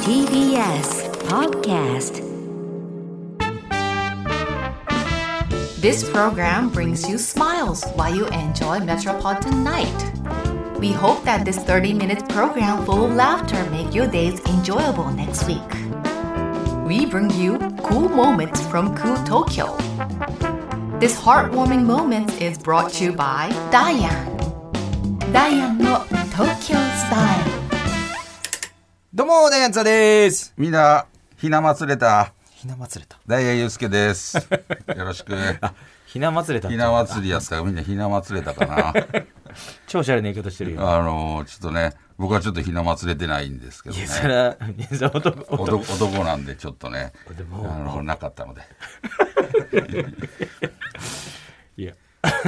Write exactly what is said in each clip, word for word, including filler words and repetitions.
ティービーエス Podcast. This program brings you smiles while you enjoy Metropolitan Night. We hope that this thirty-minute program full of laughter make your days enjoyable next week. We bring you cool moments from cool Tokyo. This heartwarming moment is brought to you by Diane. Diane の Tokyo Style。 どうもダイアンツァです。 みんなひな祭れた。 ひな祭れた。 ダイヤユウスケです。よろしく。 あ、ひな祭れた。 ひな祭りやったらみんなひな祭れたかな。 超シャレな言い方してるよ。 あのー、ちょっとね、僕はちょっとひな祭れてないんですけどね。 いやそれは、いやそれは男、 男、男なんでちょっとね、 でもあのなかったので。 いや。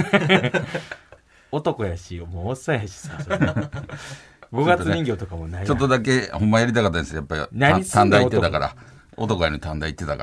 男やし、もうおっさんやしさ。ごがつ人形とかもないな。 ちょっとだけほんまやりたかったんですよ。やっぱり何すんの短大行ってたから。男やのに短大行ってたから。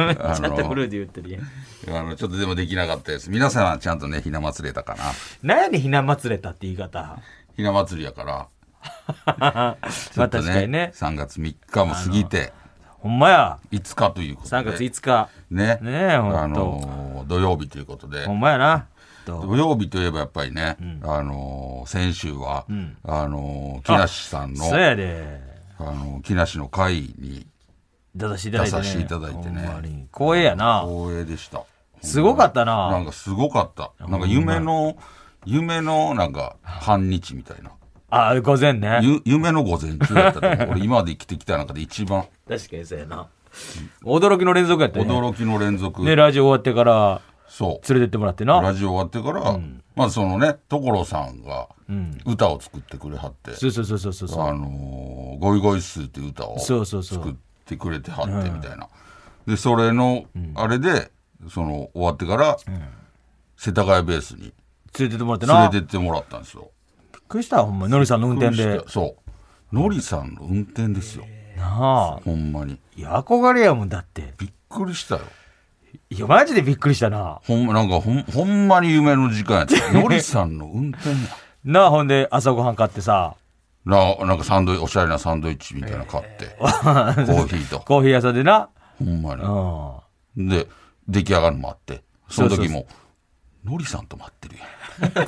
めっちゃとフルで言ってるやん。 あのちょっとでもできなかったです。皆さんはちゃんとねひな祭れたかな。 何やねんひな祭れたって言い方。 ひな祭りやから。 まあ確かにね。 さんがつみっかも過ぎて。 ほんまや。 いつかということで。 さんがついつか。 ね。 ねえほんと。 あの土曜日ということで。 ほんまやな。 土曜日といえばやっぱりね、うん、あの先週は、うん、あの木梨さんのそうやであの木梨の会に出させていただいてね、 光栄やな。 光栄でした。 すごかったな。 なんかすごかった。なんか夢の夢のなんか半日みたいな。 あ、午前ね。 夢の午前中だったと思う。俺今まで生きてきた中で一番。 確かにそうやな。驚きの連続やったね。 驚きの連続。 ね、ラジオ終わってから。 そう連れてってもらってな。 ラジオ終わってから、うん、まずそのね所さんが歌を作ってくれはって、うん、 そうそうそうそうそう、 あのー、ゴイゴイスーっていう歌を作ってくれてはってみたいな、うん、でそれのあれでその終わってから、うん、世田谷ベースに連れてってもらってな。 連れてってもらったんですよ。 びっくりしたほんま。のりさんの運転で。 そうのりさんの運転ですよ。 なあほんまに。 いや憧れやもんだって。 びっくりしたよ。 いやマジでびっくりしたな。 ほんまなんかほ ん, ほんまに夢の時間やった。のりさんの運転やなあ。ほんで朝ごはん買ってさな、なんかサンドイおしゃれなサンドイッチみたいな買って、えー、コーヒーとコーヒー屋さんでなほんまに、うん、で出来上がるの待って、その時ものりさんと待ってるやん。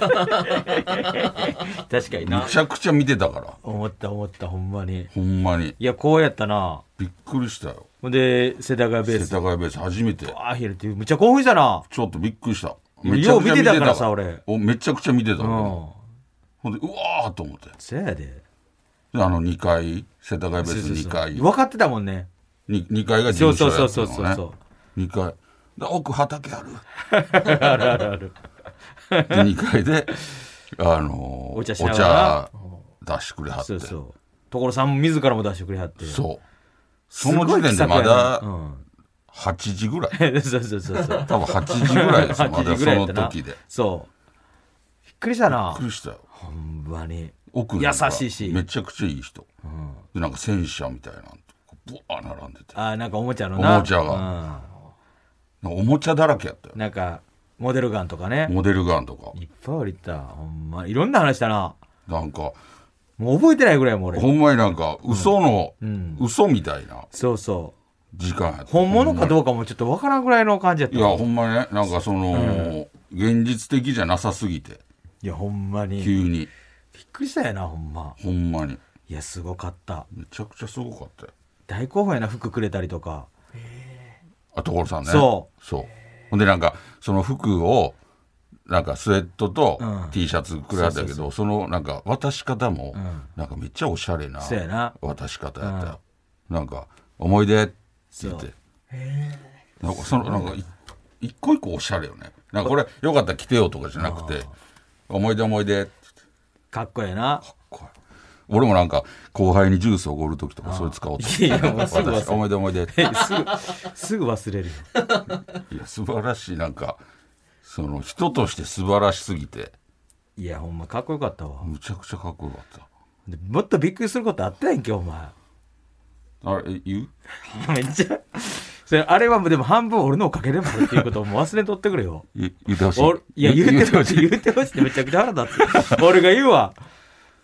確かにな。 めちゃくちゃ見てたから。 思った思ったほんまにほんまに。 いやこうやったな。 びっくりしたよ。 ほんで世田谷ベース世田谷ベース初めてああひるってめっちゃ興奮したな。 ちょっとびっくりした。 めちゃくちゃ見てたからさ俺。 おめちゃくちゃ見てた、うん、ほんでうわーと思って。 せやで。であのにかい世田谷ベースにかい分かってたもんね。 2, 2階が事務所やったのね。 そうそうそうそうそう。 にかいで奥畑あるあるあるあるでにかいであのー、お茶しながらお茶出してくれはって。そうそう所さんも自らも出してくれはって。 そうその時点でまだはちじぐらい。 そうそうそうそう多分はちじぐらいですよ。まだその時で。 そうびっくりしたな。 びっくりしたよほんまに。 奥優しいしめちゃくちゃいい人、うん、でなんか戦車みたいなのブワー並んでて。 あなんかおもちゃのなおもちゃが、うん、おもちゃだらけやったよ。 なんかモデルガンとかね。 モデルガンとかいっぱいありた。ほんまいろんな話したな。 なんかもう覚えてないぐらいも俺ほんまになんか嘘の、うん、嘘みたいなそうそう時間やった。 本物かどうかもちょっとわからんぐらいの感じやった。 いやほんまにねなんかその、うん、現実的じゃなさすぎて。 いやほんまに急にびっくりしたやなほんま。 ほんまにいやすごかった。 めちゃくちゃすごかったよ。 大興奮やな。服くれたりとか。 あ所さんね。 そうそうほんでなんかその服をなんかスウェットと T シャツくれはったけど、うん、そうそうそうそのなんか渡し方もなんかめっちゃおしゃれな渡し方やったよ、うん、なんか思い出って言ってなんかそのなんか一個一個おしゃれよね。なんかこれよかったら着てよとかじゃなくて思い出思い出ってかっこええな。 かっこいい。俺もなんか後輩にジュースおごるときとかそれ使おうといやもうすぐ忘れる思い出思い出すぐすぐ忘れるよいや素晴らしい。なんかその人として素晴らしすぎて。 いやほんまかっこよかったわ。 むちゃくちゃかっこよかった。 でもっとびっくりすることあったやんけお前。 あれ言うめっちゃそれあれはでも半分俺のおかげでもあるっていうことをもう忘れとってくれよ。 言ってほしい。 いや言ってほしい言ってほしいってめちゃくちゃ腹立つ俺が言うわ。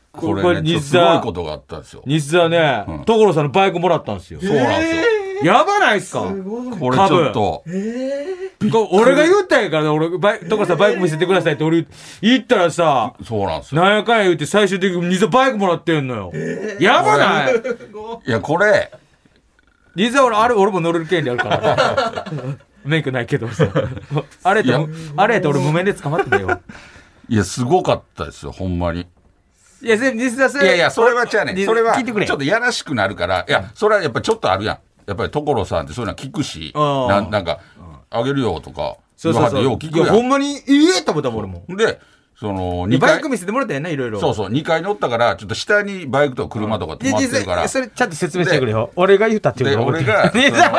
これねすごいことがあったんですよ。 日田ね、うん、所さんのバイクもらったんですよ。 そうなんですよ。 やばないっすか。 これちょっと、えー、俺が言ったんやからね。俺バイ所さんバイク見せてくださいって俺言ったらさ、 そうなんですよ。 なんやかんや言って最終的に日田バイクもらってんのよ。えー、やばない。いやこれ日田俺あれ俺も乗れる権利あるから免許ないけどさあれってあれって俺無免で捕まってたよ。 いやすごかったですよほんまに。 いや実際それいやいやそれは違うね。それはち聞いてくれ。 ょっとやらしくなるから。いやそれはやっぱりちょっとあるやん。やっぱり所さんってそういうのは聞くし、な, なんかあげるよとかそうそうそうよう聞くやん。 いやほんまにええと思ったもん俺も。 でそのにかいバイク見せてもらったよねいろいろ。 そうそうにかい乗ったからちょっと下にバイクとか車とか止まってるから、 うん、それちゃんと説明してくれよ。俺が言ったっていうの俺が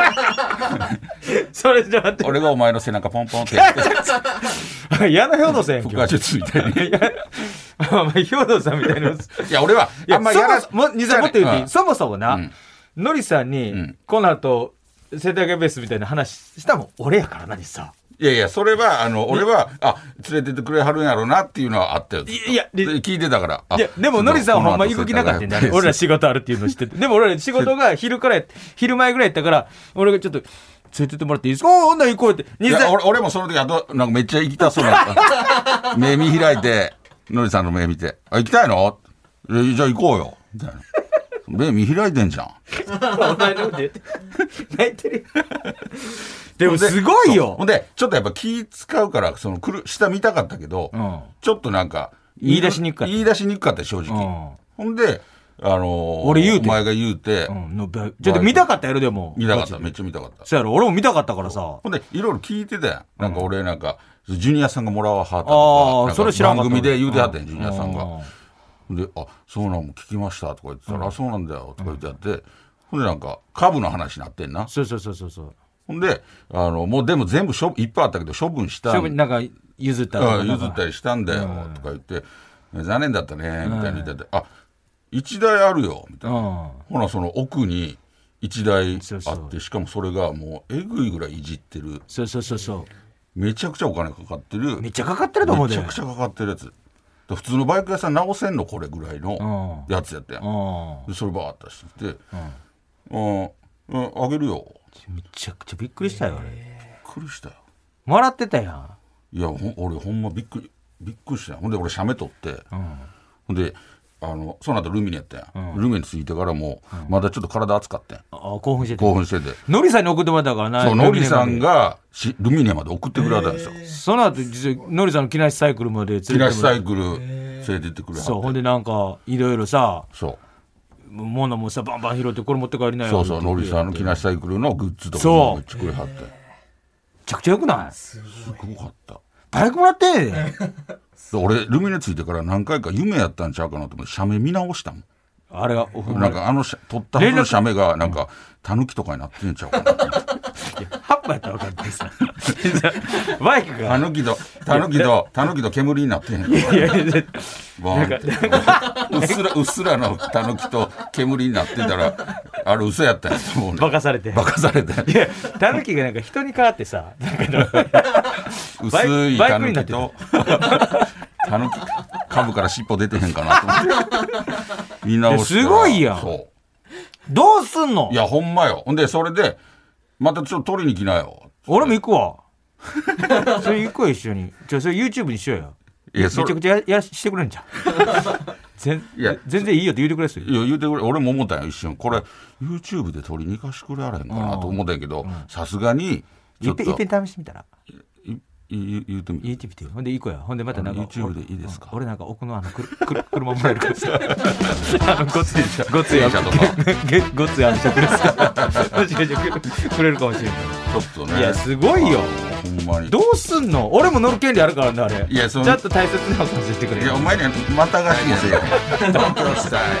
それじゃ待って俺がお前の背中ポンポンってやって矢野兵道さんやん腹話術みたいにお前兵道さんみたいないや俺はあんまりやらそもそももっと言っていい、うん、そもそもな、うんのりさんに、うん、この後世田谷ベースみたいな話したもん俺やから何さ。 いやいやそれはあの俺はあ連れてってくれはるんやろうなっていうのはあったよ。 いや聞いてたから。 いやでものりさんはほんま行く気なかったんだよ。俺ら仕事あるっていうの知ってて。でも俺ら仕事が昼から昼前ぐらいやったから俺がちょっと連れてってもらっていいですか。おお、女行こうって。 いや 俺, 俺もその時あとなんかめっちゃ行きたそうなった目見開いてのりさんの目見てあ行きたいのじゃあ行こうよみたいな。目見開いてんじゃん。 お前のこと言って泣いてるでもすごいよ。 ほんでちょっとやっぱ気使うからその来る下見たかったけど、うん、ちょっとなんか言い出しにくかった言い出しにくかった正直、うん、ほんであのー、 俺言うてお前が言うて、うん、のちょっと見たかったやろ。でも見たかっためっちゃ見たかった。 そうやろ俺も見たかったからさ。 ほんでいろいろ聞いてたやん。なんか俺なんかジュニアさんがもらわはったとか、 あそれ知らんかった。 番組で言うてはったやんジュニアさんが。であそうなんも聞きましたとか言ってたら、うん、あそうなんだよとか言ってやって、うん、ほんでなんか株の話になってんな。 そうそうそうそうそう。 ほんであのもうでも全部いっぱいあったけど処分した処分なんか譲ったりとか譲ったりしたんだよ、うん、とか言って残念だったねみたいに言ってて、うん、あいちだいあるよみたいな、うん、ほなその奥にいちだいあってそうそうしかもそれがもうえぐいぐらいいじってる。 そうそうそうそうめちゃくちゃお金かかってる。 めっちゃかかってると思うで。 めちゃくちゃかかってるやつ。普通のバイク屋さん直せんのこれぐらいのやつやったやん。でそれバーッとしてて、うんうん、あげるよ。 めちゃくちゃびっくりしたよ。 びっくりしたよ。 もらってたやん。 いやほ俺ほんまびっくりびっくりしたよ。ほんで俺写メ撮って、うん、ほんであのその後ルミネやったやん、うん、ルミネに着いてからも、うん、まだちょっと体熱かったやん。 あ興奮してて興奮しててノリさんに送ってもらったからな。 そうノリさんがしルミネまで送ってくれたんですよ。 その後実はノリさんの木梨サイクルまで連れて木梨サイクル連れてってくれはって。 そうほんでなんかいろいろさそう物もさバンバン拾ってこれ持って帰りなよ。 そうそうノリさんの木梨サイクルのグッズとかもめっちゃくれはって。めちゃくちゃよくない？ すごかった。 バイクもらってんね俺ルミネついてから何回か夢やったんちゃうかなと思って写メ見直したもん。 あれがなんかあの撮ったはずの写メがなんかタヌキとかになってんちゃうかな葉っぱやったら分かんないさバイクがタヌキとタヌキとタヌキと煙になってん。いやいやいやボンってうっすらうっすらのタヌキと煙になってたらあれ嘘やったんやと思うね。 バカされてバカされていやタヌキがなんか人に変わってさ薄いタヌキとタヌキ株から尻尾出てへんかなと思って見直したらすごいやん。そうどうすんの。 いやほんまよ。ほんでそれでまたちょっと取りに来なよ。 俺も行くわそれ行くわ一緒に。じゃあそれ YouTube にしようよ。いやめちゃくちゃ や, やしてくれんじゃん全, いや全然いいよって言うてくれっすよ。 いや言うてくれ。俺も思ったんや一瞬これ YouTube で取りに行かしてくれあれへんかなと思ったんやけどさすがにちょっといっぺん試してみたら言, 言うてみ言ってみてよ。ほんでいい子や。ほんでまたなんか YouTube でいいですか。 俺なんか奥のあのくるくる車もらえるからさあのごついごついやとかごついあの食レスくれるかもしれない。 ちょっとねいやすごいよほんまに。 どうすんの。俺も乗る権利あるからねあれ。いやそのちょっと大切なこと教えてくれ。 いやお前にはまたがしもせえよ東京スタイ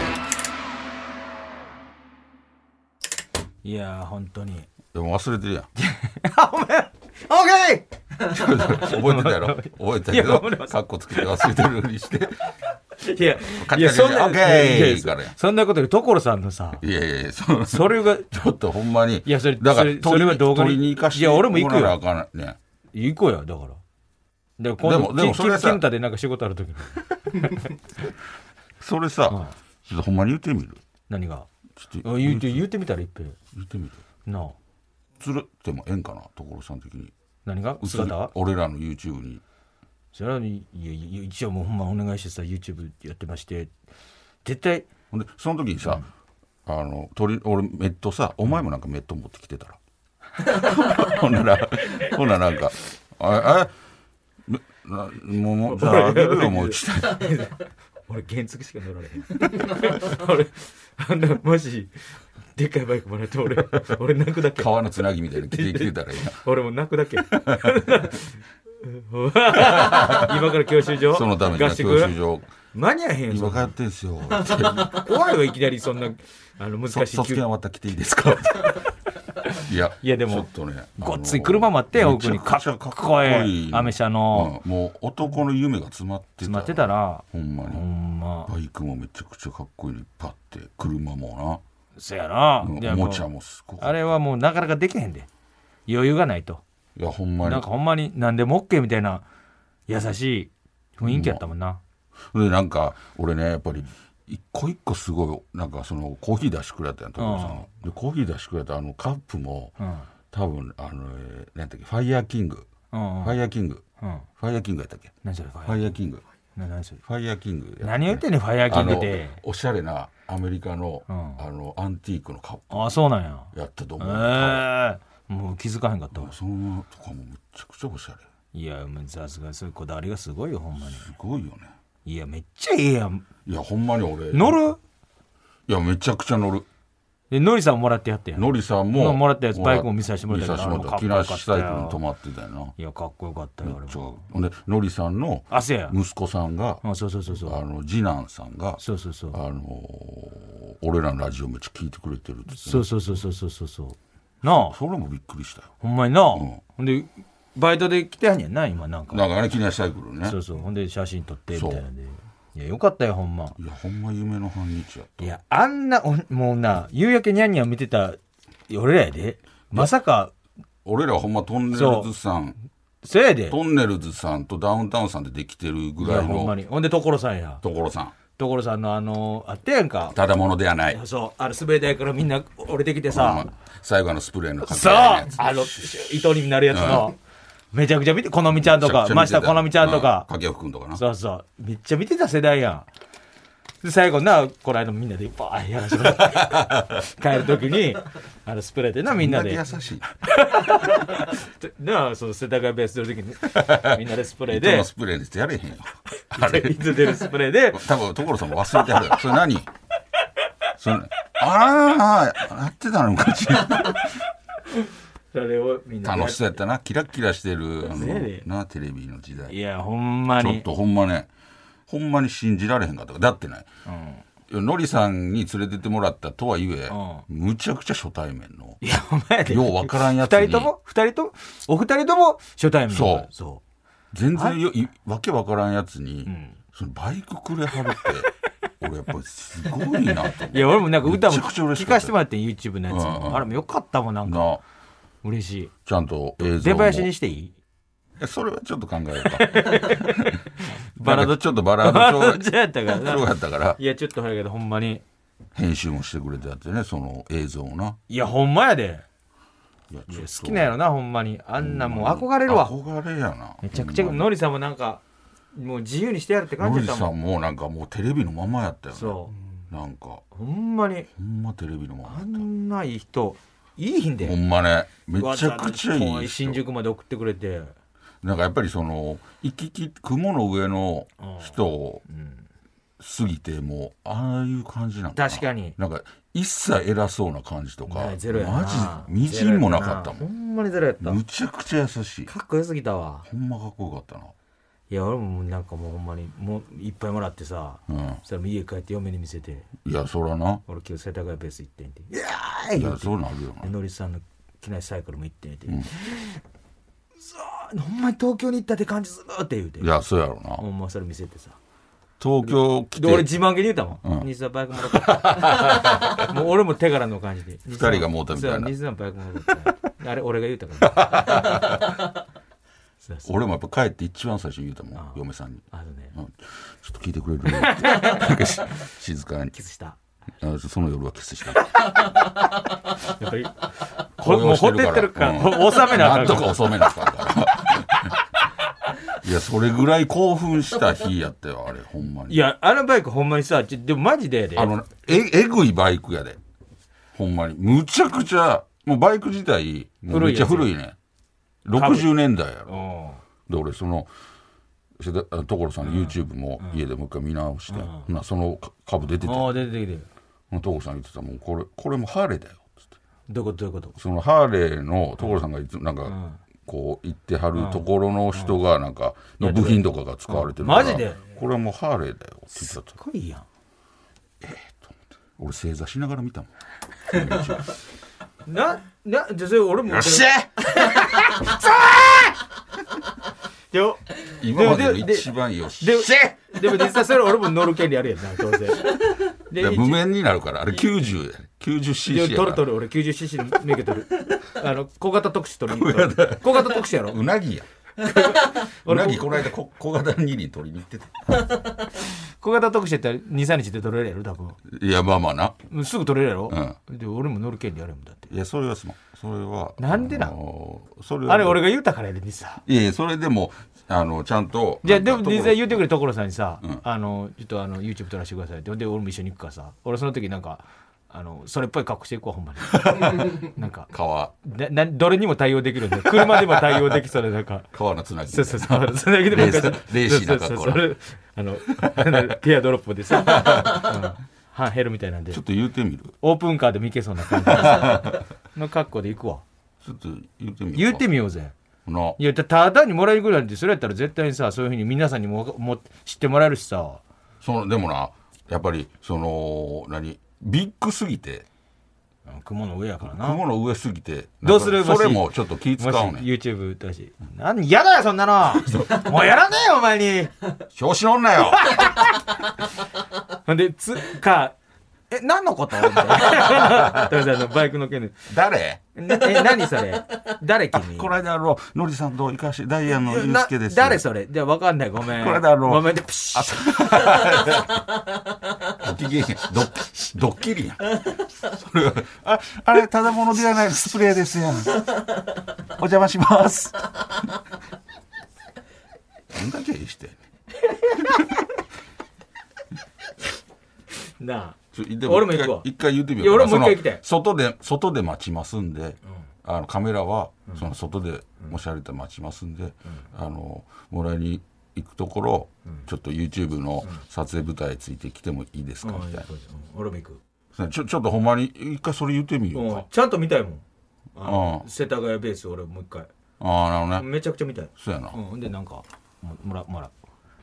ル。いや本当にでも忘れてるやんお前オッケー覚えてたやろ。覚えてたけどカッコつけて忘れてるようにしていやいやそんなオッケーからそんなことより所さんのさいやいや そ, それがちょっとほんまにいやそれだからそれは動画に取りに行かしていや俺も行くよ。 あかんね行こうよだから。でも今度でもそれさキンタでなんか仕事ある時にそれさ、はい、ちょっとほんまに言ってみる。 何がちょっと言うて言うてみたらいっぺん言ってみるなあ。 釣れてもええんかな、所さん的に。 何が姿俺らの YouTube に。 それはいやいや一応もうほんまお願いしてさ YouTube やってまして絶対ほんでその時にさ、うん、あの鳥俺メットさ、お前もなんかメット持ってきてたら、うん、ほんならほんならなんかああもうもうじゃああげるよもうちょっと俺原付しか乗られへん俺あんなマジでっかいバイクもらって俺俺泣くだけ川のつなぎみたいな着てきてたらいいな俺も泣くだけ今から教習所そのために教習所間に合えへんよ今通ってんすよ怖いわいきなりそんなあの難しい卒検終わったら来ていいですかいやいやでもちょっとねごっつい車待ってよ奥にかっこいいアメ車の、 うん、もう男の夢が詰まってた詰まってたらほんまにほんまバイクもめちゃくちゃかっこいいのいっぱいあって車もなそやな、 うん、おもちゃもすごいあれはもうなかなかできへんで余裕がないと。 いやほんまになんかほんまに何でも OK みたいな優しい雰囲気やったもんな、 うん、でなんか俺ねやっぱり一個一個すごいなんかそのコーヒー出してくれたやん所さん、うん、でコーヒー出してくれたあのカップも、うん、多分あの何やったっけファイヤーキング、うんうん、ファイヤーキング、うん、ファイヤーキングやったっけ何それファイヤーキング何それファイヤーキング何言ってんねんファイヤーキングっておしゃれなアメリカの、うん、あのアンティークのカップあそうなんややったと思う、えー、もう気づかへんかったわそのとかもめちゃくちゃおしゃれいやさすがそういうこだわりがすごいよほんまにすごいよねいやめっちゃええやんいやほんまに俺乗るいやめちゃくちゃ乗るでノリさんももらってやってやんノリさんももらったやつバイクも見させてもらったけど木梨サイクルに止まってたよないやかっこよかったよあれもほんでノリさんの息子さんがあそうそうそうそうあの次男さんがそうそうそうあの俺らのラジオめっちゃ聞いてくれてるって、ね、 そうそうそうそうそうそうなあそ, それもびっくりしたよほんまにな、うん、ほんでバイトで来てはんやんな今なんかなんかね木梨サイクルねそうそうほんで写真撮ってみたいなんでいやよかったよほんまいやほんま夢の半日やったいやあんなもうな夕焼けにゃんにゃん見てた俺らやでまさか俺らはほんまトンネルズさんそうやでトンネルズさんとダウンタウンさんでできてるぐらいのいやほんまにほんで所さんや所さん所さんのあのあったやんかただものではないそうあの滑り台からみんな降りてきてさ最後のスプレーのかけそうあの糸になるやつの、うん、めちゃくちゃ見てこのみちゃんとか真下このみちゃんとか掛布くんとかなそうそうめっちゃ見てた世代やんで最後なこの間みんなでバーッやらせてもらって帰る時にあのスプレーでなみんなで優しいなあその世田谷ベース出る時にみんなでスプレーで糸のスプレーでやれへんよあれいつ出るスプレーで多分所さんも忘れてはるよそれ何それああやってたの昔それをみんな楽しそうやったなキラキラしてるあのなテレビの時代いやほんまにちょっとほんまねほんまに信じられへんかっただってね、うん、のりさんに連れてってもらったとはいえ、うん、むちゃくちゃ初対面のいやお前でようわからんやつに二人とも二人ともお二人とも初対面そうそう全然よわけわからんやつに、うん、そのバイクくれはるって俺やっぱりすごいなといや俺もなんか歌も聞かせてもらって YouTube のやつも、うんうん、あれもよかったもんなんかな嬉しいちゃんと映像も出囃子にしていいそれはちょっと考えようかバラードちょっとバラード調やったからなそうやったからいやちょっと早いけどほんまに編集もしてくれてやってねその映像をないやほんまやでいや好きなんやろなほんまにあんなもう憧れるわ憧れやなめちゃくちゃノリさんもなんかもう自由にしてやるって感じだったもんノリさんもなんかもうテレビのままやったよねそうなんかほんまにほんまテレビのままやったあんないい人いいんでほんまねめちゃくちゃいい人新宿まで送ってくれてなんかやっぱりその行き来雲の上の人を過ぎてもああいう感じなんかな確かになんか一切偉そうな感じとかゼロやなマジみじんもなかったもんほんまにゼロやったむちゃくちゃ優しいかっこよすぎたわほんまかっこよかったないや俺もなんかもうほんまにもういっぱいもらってさ、うん、それも家帰って嫁に見せていやそらな俺今日世田谷ベース行ってんていやーいやそうなるよなノリさんの木梨サイクルも行ってんて、うんほんまに東京に行ったって感じするって言うていやそうやろなほんまそれ見せてさ東京来て俺自慢げに言うたもん、うん、西田バイクもらったもう俺も手柄の感じでふたりがもうたみたいな西田バイクもらったあれ俺が言うたから俺もやっぱ帰って一番最初に言うたもん、嫁さんに。あのね、うん、ちょっと聞いてくれるなんか静かにキスした。 あ、その夜はキスした。 やっぱりもうほってってるから、うん、収めなあかんから。なんとか収めなあかんからいやそれぐらい興奮した日やったよあれほんまに。 いやあのバイクほんまにさ、でもマジでやで、 あの え, えぐいバイクやでほんまに。むちゃくちゃもうバイク自体もうめっちゃ古いね。ろくじゅうねんだいやろ。で俺その所さんの YouTube も家でもう一回見直して、うん、なその株出てて、 あ出てきて所さん言ってたもん、これこれもハーレーだよっつって。 どういうことどういうこと。 そのハーレーの所さんがいつなんか、うんこう行ってはるところの人がなんかの部品とかが使われてるから、 マジでこれはもうハーレーだよって言ってた。 すごいやん。 えー、と思って俺正座しながら見たもんななじゃそれ俺もよっしゃよ今までの一番よっしゃ。 でも実際それ俺も乗る権利あるやんな当然で無免になるからあれきゅうじゅうやね きゅうじゅうシーシー やから取る取る俺 きゅうじゅうシーシー の免許取るあの小型特殊取りに行った小型特殊やろ。 うなぎやうなぎこの間小型二輪取りに行ってた小型特殊やったら にさんにちで取れるやろ多分。 いやまあまあなすぐ取れるやろ、 うん、 で俺も乗る権利あるもんだって。 いやそれはそれはなんでな、あのー、それはあれ俺が言ったからやでにさ。 いやいやそれでもあのちゃんとじゃあでも実際言ってくれ所さんにさ、うん、あのちょっとあの YouTube 撮らせてくださいってで俺も一緒に行くからさ、俺その時なんかあのそれっぽい格好していくわほんまになんか川ななどれにも対応できるんで車でも対応できそうでなんか川のつなぎそうそうそうつなぎでもレーシーな格好なあのペアドロップでさ、うん、ハンヘルみたいなんでちょっと言うてみる。 オープンカーでも行けそうな感じの格好で行くわ。 ちょっと言うてみる言ってみようぜ。 ないやただにもらえるぐらいなんてそれやったら絶対にさそういうふうに皆さんにもも知ってもらえるしさ。 そのでもなやっぱりその何ビッグすぎて雲の上やからな。 雲の上すぎてどうする。 それもちょっと気使うねん。 YouTube だし何やだよそんなのもうやらねえよお前に調子乗んなよほんでつかえ何のことみたいなバイクの件で誰え何それ誰君。 この間ののりさんと行かしダイアンのユースケです。 誰それじゃあ分かんないごめん。 この間のごめんでプシッドッキリやドッドッキリやそれは あ, あれただものではないスプレーですやんお邪魔しますどんだけいいしてんなあ俺も行くわ。一回言ってみよう。 俺もう一回行きたい。 外で外で待ちますんで、うん、あのカメラはその外でもしあれたら待ちますんで、うん、あのもらいに行くところ、うん、ちょっと YouTube の撮影舞台ついてきてもいいですか、うん、みたいな、うん、 俺も行く。 ちょちょっとほんまに一回それ言ってみようか、 うん、ちゃんと見たいもん。あの世田谷ベース俺もう一回。 ああなるほどね。 めちゃくちゃ見たい。 そうやな。 うん、でなんかももらもらう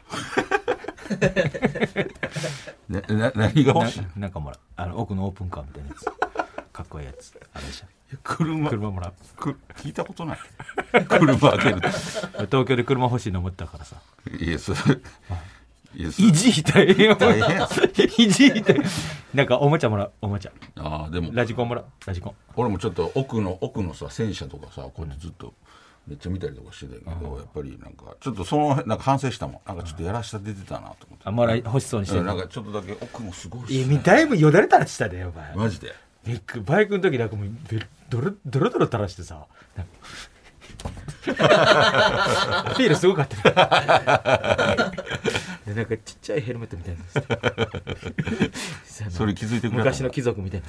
ね、な何が欲しいな, なんかもらうあの奥のオープンカーみたいなやつかっこいいやつあれでしょ。 車車もらうく聞いたことない車開ける東京で車欲しいの思ったからさ。 いやそれいじいたいよいじいたいなんかおもちゃもらうおもちゃ。 ああでもラジコンもらうラジコン。 俺もちょっと奥の奥のさ戦車とかさこうやってずっとめっちゃ見たりとかしてたけど、うん、やっぱりなんかちょっとそのなんか反省したもん。なんかちょっとやらした出てたなと思って。 あまだ欲しそうにしてる。 なんかちょっとだけ奥もすごいし、 ね。いやだいぶよだれたらしたでよお前。 マジで。 バイクの時なんかもうドロドロドロ垂らしてさ。アピールすごかったでなんかちっちゃいヘルメットみたいなそれ気づいてくれた昔の貴族みたい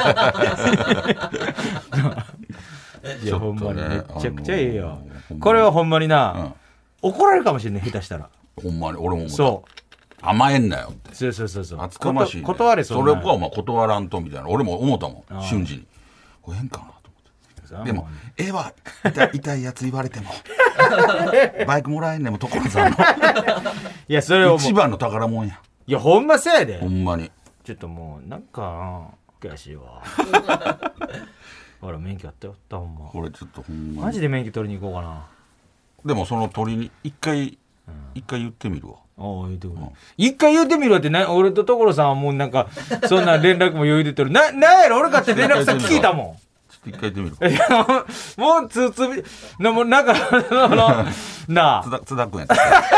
ないやほんまにめちゃくちゃええよ、あのー、これはほんまにな、うん、怒られるかもしれない下手したら。 ほんまに俺も思った。 そう甘えんなよって。 そうそうそうそう厚かましい、ね、 断れそうそれこはまあ断らんとみたいな俺も思ったもん瞬時に。これ変かなと思って。でもええわ痛い、痛いやつ言われてもバイクもらえんねんも所さんのいやそれを一番の宝物や。 いやほんまそうやでほんまに。 ちょっともうなんか悔しいわほら免許あったよったほんま。 これちょっとほんまマジで免許取りに行こうかな。 でもその取りに一回、うん、一回言ってみるわ。 ああ言ってくる、うん、一回言ってみるわってな。俺と所さんはもうなんかそんな連絡も余裕で取るな。なんやろ俺かって連絡先聞いたもんと一回言ってみる。 いやもうもうつつみなもうなんかあのなあ津田津田君やった。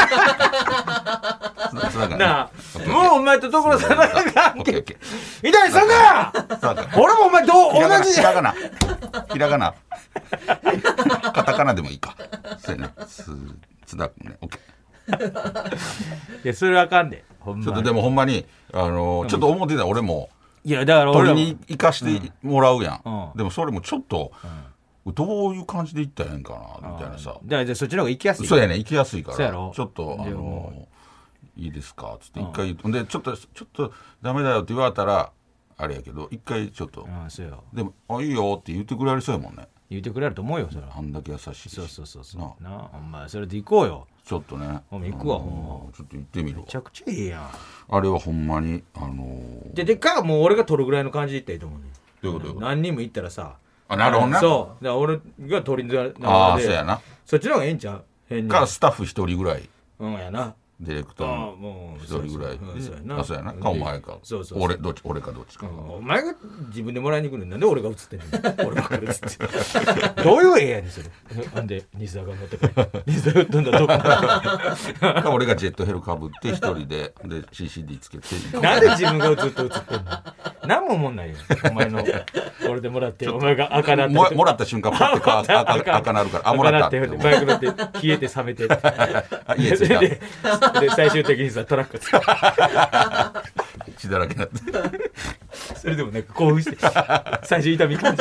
津田津田君なあもうお前と所さんの関係オッケーオッケー。 いたいそんな俺もお前と同じひらがなひらがなカタカナでもいいか。そうやね。津田君ね。オッケー。 いやそれはあかんでほんまに。 ちょっとでもほんまにあのー、ちょっと思ってた俺もいやだから俺取りに行かしてもらうやん、 うんうん、 でもそれもちょっと、うん、どういう感じで行ったらええんかなみたいなさ。 じゃあそっちの方が行きやすい。 そうやね行きやすいからそうやろちょっとあのー、いいですかつって一回、うん、でちょっとちょっとダメだよって言われたらあれやけど一回ちょっと、 うん、そうよでもあいいよって言ってくれるそうやもんね。 言ってくれると思うよそれは。 あんだけ優しいし。 そうそうそうそうなあお前それで行こうよ。 ちょっとねほんま行くわほんま。 ちょっと行ってみるわ。 めちゃくちゃいいやんあれはほんまにあのー、 ででっかいもう俺が取るぐらいの感じで行ったらいいと思うね。 どういうこと何人も行ったらさあなるほどね。 そうだから俺が取りにああそうやな。 そっちの方がええんちゃう変にからスタッフ一人ぐらいうんやなディレクターの一人ぐらいで、 そうやなあそうやなかお前かそうそうそう俺どっち俺かどっちか、 うん、お前が自分でもらいに来るんなんで俺が映ってんの俺ばっかり映ってどういう絵やねんそれ。なんで西田が乗ってくる西田が飛んだどこか俺がジェットヘルかぶって一人でで シーシーディー つけてなんで自分が映って映ってんの何も思んないよお前の俺でもらってお前が赤なってももらった瞬間パッと赤赤赤なるからあもらったってバイク乗って消えて冷めてあ家着いたでで最終的にさトラック血だらけになってそれでもなんか興奮して最初痛み感じ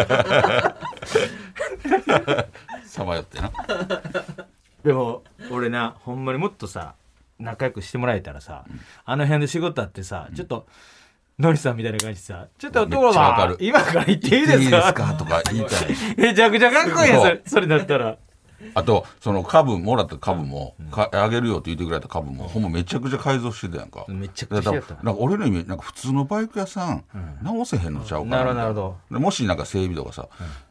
さまよってな。 でも俺なほんまにもっとさ仲良くしてもらえたらさ、うん、あの辺で仕事あってさ、うん、ちょっとノリさんみたいな感じでさちょっと所さん今から行っていいですかいいですかとか言いたいめちゃくちゃかっこいいやそれそれだったら。 あとその株もらった株も、うん、かあげるよって言ってくれた株も、うん、ほんまめちゃくちゃ改造してたやんか。 めちゃくちゃやったなんか俺の意味なんか普通のバイク屋さん、うん、直せへんのちゃうかな、 うん、なるほど。 もしなんか整備とかさ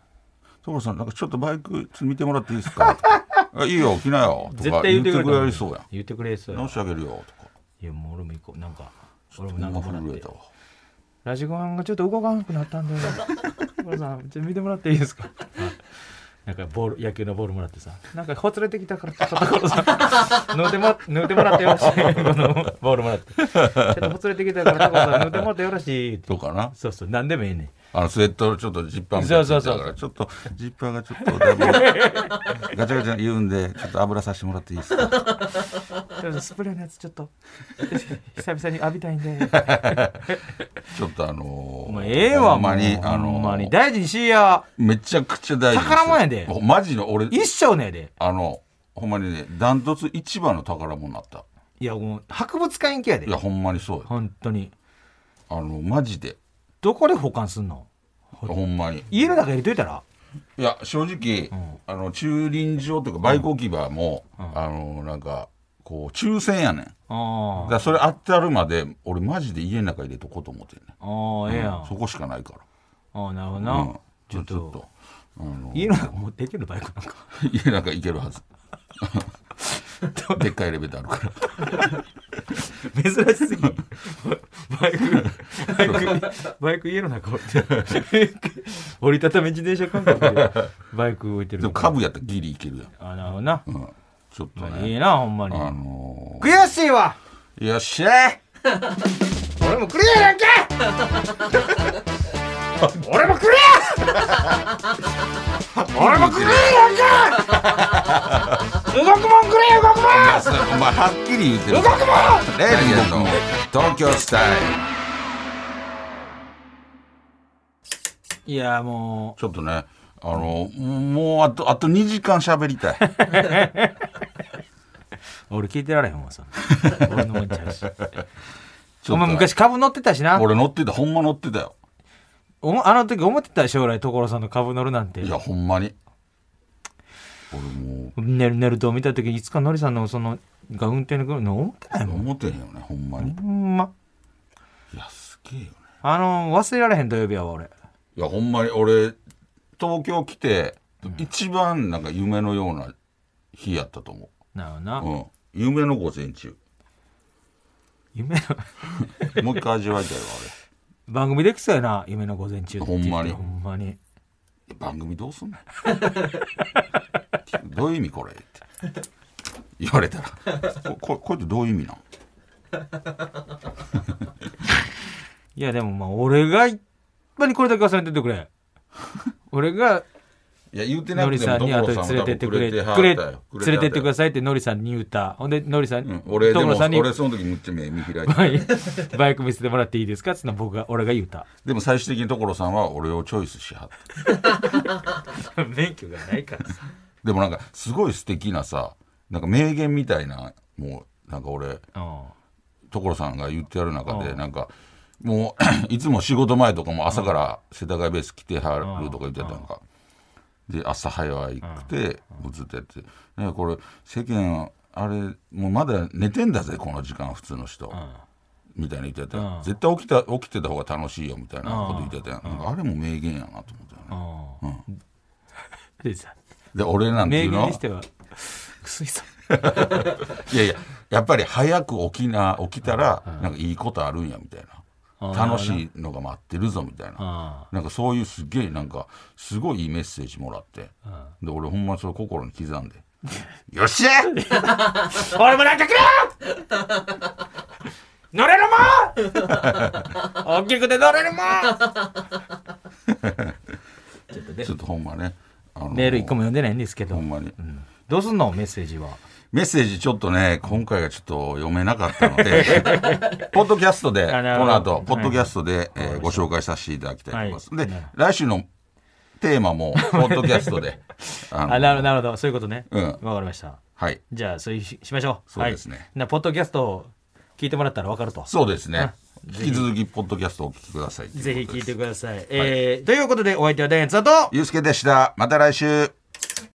「所、うん、さんなんかちょっとバイク見てもらっていいですか?」あいいよ来なよ」とか言ってくれそうやん。 言ってくれそうや直してあげるよとか。 いやもう俺も行こうなんか俺もなんか震えたわ。 ラジコンがちょっと動かなくなったんで所さんちょっと見てもらっていいですかなんかボール野球のボールもらってさなんかほつれてきたからちょっと所さん縫うても縫うてもらってよろしいこのボールもらってちょっとほつれてきたから所さん縫うてもらってよろしいとかな。 そうそう何でもいいねん。 あのスウェットちょっとジッパーみたいなそうそうそうちょっとジッパーがちょっとだいぶガチャガチャ言うんでちょっと油させてもらっていいですかスプレーのやつちょっと久々に浴びたいんでちょっとあのー、 お前ええわほんまにあのー、 ほんまに大事にしやめちゃくちゃ大事に宝物やでマジの俺一生ねであのほんまにねダントツ一番の宝物になった。 いやもう博物館行きやで。 いやほんまにそうよ本当にあのマジでどこで保管すんのほんまに家の中入れといたら。 いや正直、うん、あの駐輪場というかバイク置き場も、うん、あのなんかこう抽選やねん。あだからそれあってあるまで俺マジで家の中入れとこうと思ってんねん。 ああええやん、 うん、そこしかないから。 ああなるほどな、うん、ちょっとちょっと、あのー、家の中持っていけるバイクなんか家の中行けるはずでっかいエレベーターあるから珍しすぎバイクバイクバイク家の中置いて折りたたみ自転車感覚でバイク置いてる。 でも株やったらギリいけるやん。 あなるほどな、うん、 ちょっとね、 まあ、いいなほんまに、 あのー、 悔しいわ。 よっしゃい俺もクリアやんけ俺もクリア俺もクリアやんけ動くもんクリア動くもんお前はっきり言ってる。 動くもんレイリアンの東京スタイル。いやもうちょっとねあのもうあとあとにじかん喋りたい俺聞いてられへんわさ俺のもんちゃうしお前昔株乗ってたしな。 俺乗ってたほんま乗ってたよ。 おあの時思ってた将来所さんの株乗るなんて。 いやほんまに俺もうネルネルと見た時にいつかのりさんのそのが運転に来るの思ってないもん。 思ってへんよねほんまに。 ほんまいやすげえよね。 あの忘れられへん土曜日は俺。 いやほんまに俺東京来て、うん、一番なんか夢のような日やったと思う。 なるほどな、 うん、夢の午前中夢のもう一回味わいたいわ俺番組できそうやな夢の午前中って。 ほんまにほんまに番組どうすんのどういう意味これって言われたらこ, これってどういう意味なんいやでもまあ俺が一番にこれだけ忘れててくれ俺がいや言うてなくてもノリさんに後で連れてってくれてくれ連れてってくださいってノリさんに言った。ほんでノリさん、うん、 俺でも俺その時むっちゃ目見開いてバイク見せてもらっていいですかっての僕が俺が言った。 でも最終的に所さんは俺をチョイスしはった免許がないからさ。 でもなんかすごい素敵なさなんか名言みたいなもうなんか俺所さんが言ってやる中でなんかもういつも仕事前とかも朝から世田谷ベース来てはるとか言ってたのかで朝早くてもうずっとやって、ね、これ世間あれもうまだ寝てんだぜこの時間普通の人みたいな言ってた絶対起きた起きてた方が楽しいよみたいなこと言ってたやんあれも名言やなと思ったよね、うん、で, で俺なんていうの名言にしては薄いさいやいややっぱり早く起きな起きたらなんかいいことあるんやみたいな楽しいのが待ってるぞみたいななんかそういうすげえなんかすごいいいメッセージもらってで俺ほんまそれ心に刻んでよっしゃ俺もなんかくれ乗れるもん大きくて乗れるもんちょっとねちょっとほんまね、 あのー、メールいっこも読んでないんですけどほんまに、うん、 どうすんのメッセージはメッセージちょっとね今回はちょっと読めなかったのでポッドキャストでこの後ポッドキャストで、はいえー、ご紹介させていただきたいと思います、はい、で来週のテーマもポッドキャストであのあなるほどそういうことねわ、うん、かりましたはいじゃあそういうしましょうそうですね、 はい、なポッドキャストを聞いてもらったらわかるとそうですね引き続きポッドキャストをお聞きくださいぜひ聞いてください、はいえー、ということでお相手はダイアンツだとゆうすけでしたまた来週